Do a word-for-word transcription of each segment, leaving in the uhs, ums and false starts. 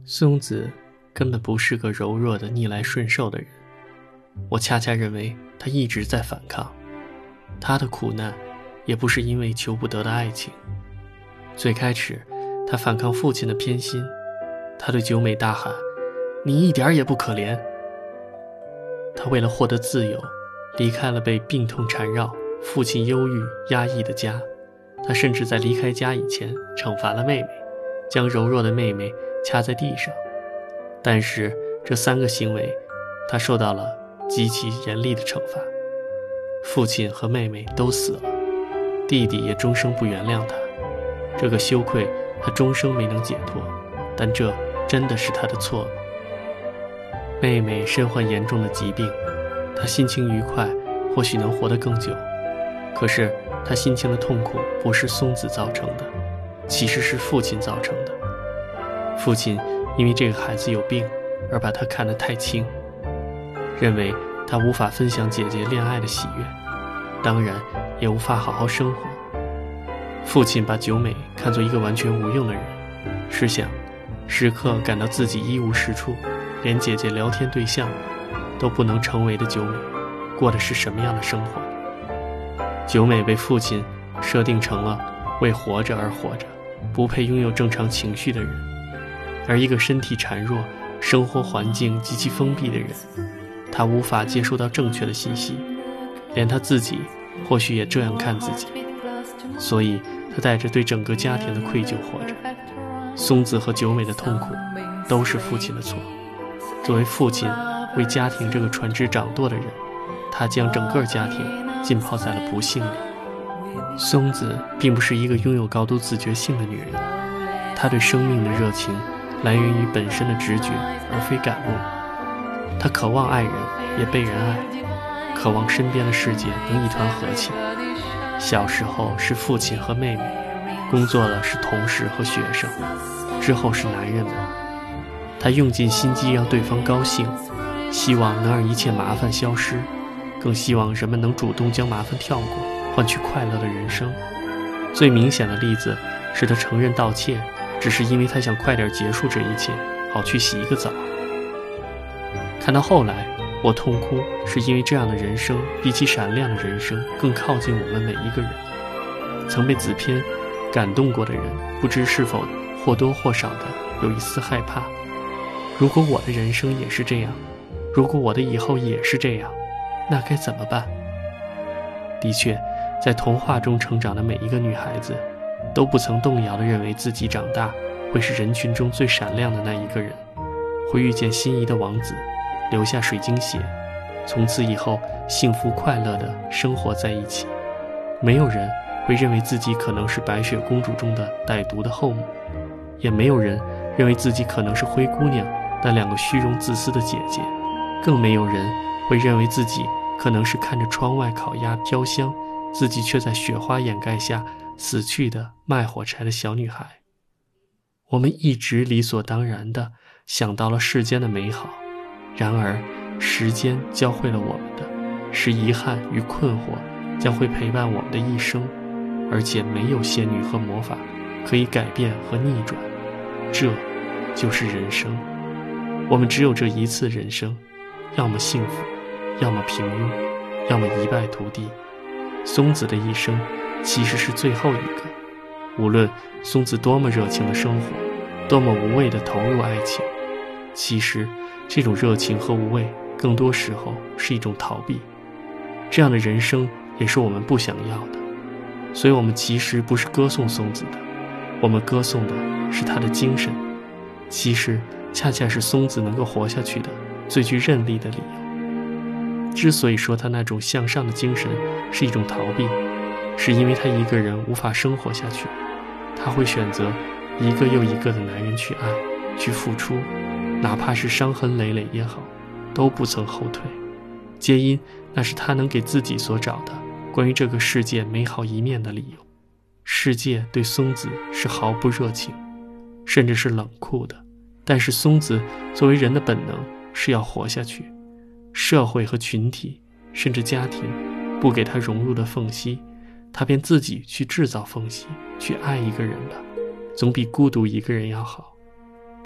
松子根本不是个柔弱的逆来顺受的人，我恰恰认为他一直在反抗。他的苦难也不是因为求不得的爱情。最开始他反抗父亲的偏心，他对九美大喊：你一点也不可怜。他为了获得自由，离开了被病痛缠绕、父亲忧郁压抑的家。他甚至在离开家以前惩罚了妹妹，将柔弱的妹妹掐在地上。但是这三个行为他受到了极其严厉的惩罚。父亲和妹妹都死了，弟弟也终生不原谅他。这个羞愧他终生没能解脱，但这真的是他的错。妹妹身患严重的疾病，她心情愉快，或许能活得更久。可是她心情的痛苦不是松子造成的，其实是父亲造成的。父亲因为这个孩子有病而把她看得太轻，认为她无法分享姐姐恋爱的喜悦，当然也无法好好生活。父亲把九美看作一个完全无用的人，试想时刻感到自己一无是处，连姐姐聊天对象都不能成为的九美，过的是什么样的生活？九美被父亲设定成了为活着而活着，不配拥有正常情绪的人。而一个身体孱弱、生活环境极其封闭的人，他无法接受到正确的信息，连他自己或许也这样看自己，所以他带着对整个家庭的愧疚活着。松子和九美的痛苦都是父亲的错。作为父亲为家庭这个船只掌舵的人，他将整个家庭浸泡在了不幸里。松子并不是一个拥有高度自觉性的女人，她对生命的热情来源于本身的直觉而非感悟。她渴望爱人也被人爱，渴望身边的世界能一团和气。小时候是父亲和妹妹，工作了是同事和学生，之后是男人们。他用尽心机让对方高兴，希望能让一切麻烦消失，更希望人们能主动将麻烦跳过，换取快乐的人生。最明显的例子是他承认盗窃只是因为他想快点结束这一切，好去洗一个澡。看到后来我痛哭，是因为这样的人生比起闪亮的人生更靠近我们每一个人。曾被紫偏感动过的人，不知是否或多或少的有一丝害怕。如果我的人生也是这样，如果我的以后也是这样，那该怎么办？的确，在童话中成长的每一个女孩子都不曾动摇地认为自己长大会是人群中最闪亮的那一个人，会遇见心仪的王子，留下水晶鞋，从此以后幸福快乐地生活在一起。没有人会认为自己可能是白雪公主中的歹毒的后母，也没有人认为自己可能是灰姑娘那两个虚荣自私的姐姐，更没有人会认为自己可能是看着窗外烤鸭飘香，自己却在雪花掩盖下死去的卖火柴的小女孩。我们一直理所当然地想到了世间的美好，然而时间教会了我们的是遗憾与困惑将会陪伴我们的一生，而且没有仙女和魔法可以改变和逆转。这就是人生，我们只有这一次人生，要么幸福，要么平庸，要么一败涂地。松子的一生其实是最后一个，无论松子多么热情的生活，多么无畏地投入爱情，其实这种热情和无畏更多时候是一种逃避。这样的人生也是我们不想要的，所以我们其实不是歌颂松子的，我们歌颂的是他的精神，其实恰恰是松子能够活下去的最具韧力的理由。之所以说他那种向上的精神是一种逃避，是因为他一个人无法生活下去，他会选择一个又一个的男人去爱，去付出，哪怕是伤痕累累也好，都不曾后退，皆因那是他能给自己所找的关于这个世界美好一面的理由。世界对松子是毫不热情，甚至是冷酷的，但是松子作为人的本能是要活下去。社会和群体甚至家庭不给他融入的缝隙，他便自己去制造缝隙，去爱一个人吧，总比孤独一个人要好。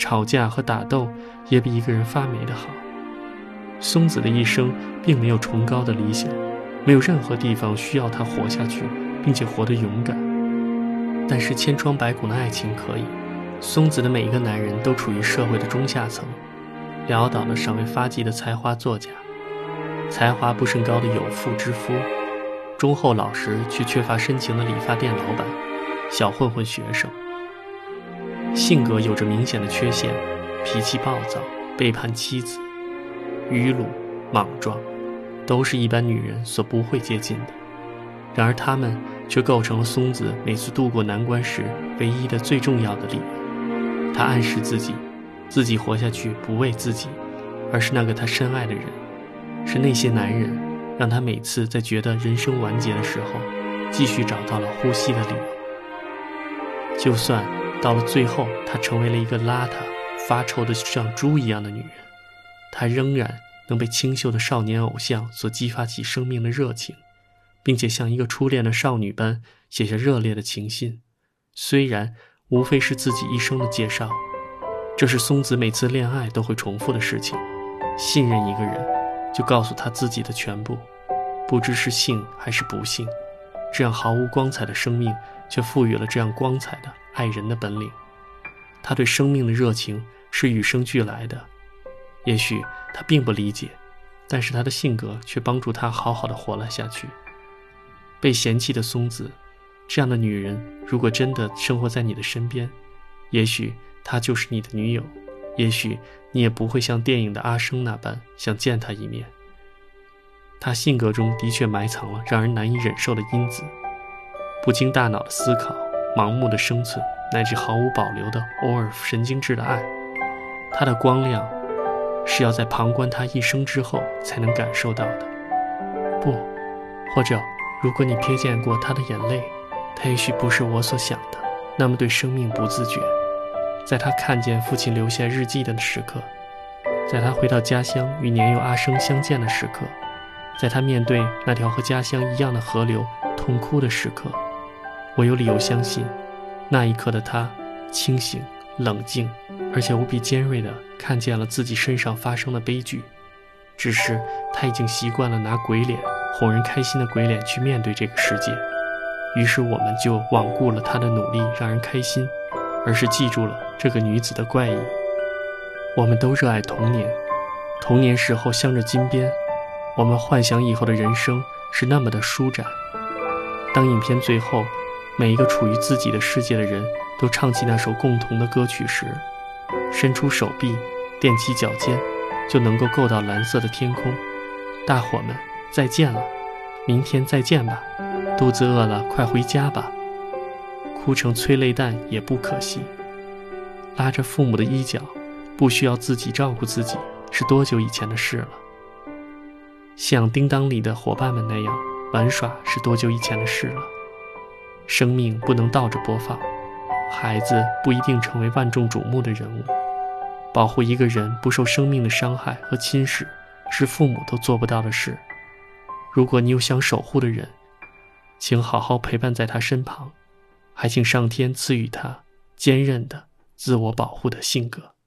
吵架和打斗也比一个人发霉的好。松子的一生并没有崇高的理想，没有任何地方需要他活下去，并且活得勇敢。但是千疮百孔的爱情可以。松子的每一个男人都处于社会的中下层，潦倒的尚未发迹的才华作家，才华不甚高的有妇之夫，忠厚老实却缺乏深情的理发店老板，小混混学生。性格有着明显的缺陷，脾气暴躁，背叛妻子，愚鲁莽撞，都是一般女人所不会接近的。然而他们却构成了松子每次渡过难关时唯一的最重要的理由。他暗示自己，自己活下去不为自己，而是那个他深爱的人，是那些男人，让他每次在觉得人生完结的时候，继续找到了呼吸的理由。就算到了最后，她成为了一个邋遢、发臭的像猪一样的女人，她仍然能被清秀的少年偶像所激发起生命的热情，并且像一个初恋的少女般写下热烈的情信。虽然无非是自己一生的介绍，这是松子每次恋爱都会重复的事情。信任一个人，就告诉他自己的全部，不知是幸还是不幸。这样毫无光彩的生命，却赋予了这样光彩的爱人的本领。他对生命的热情是与生俱来的，也许他并不理解，但是他的性格却帮助他好好的活了下去。被嫌弃的松子，这样的女人如果真的生活在你的身边，也许她就是你的女友，也许你也不会像电影的阿生那般想见她一面。她性格中的确埋藏了让人难以忍受的因子，不经大脑的思考，盲目的生存，乃至毫无保留的偶尔神经质的爱。她的光亮是要在旁观她一生之后才能感受到的。不，或者如果你瞥见过她的眼泪，她也许不是我所想的那么对生命不自觉。在她看见父亲留下日记的时刻，在她回到家乡与年幼阿生相见的时刻，在她面对那条和家乡一样的河流痛哭的时刻，我有理由相信，那一刻的她清醒冷静，而且无比尖锐地看见了自己身上发生的悲剧。只是她已经习惯了拿鬼脸哄人开心的鬼脸去面对这个世界，于是我们就罔顾了她的努力让人开心，而是记住了这个女子的怪异。我们都热爱童年，童年时候镶着金边，我们幻想以后的人生是那么的舒展。当影片最后，每一个处于自己的世界的人都唱起那首共同的歌曲时，伸出手臂踮起脚尖，就能够够到蓝色的天空。大伙们再见了，明天再见吧，肚子饿了快回家吧，哭成催泪弹也不可惜。拉着父母的衣角，不需要自己照顾自己，是多久以前的事了。像叮当里的伙伴们那样玩耍，是多久以前的事了。生命不能倒着播放，孩子不一定成为万众瞩目的人物。保护一个人不受生命的伤害和侵蚀，是父母都做不到的事。如果你有想守护的人，请好好陪伴在他身旁，还请上天赐予他坚韧的自我保护的性格。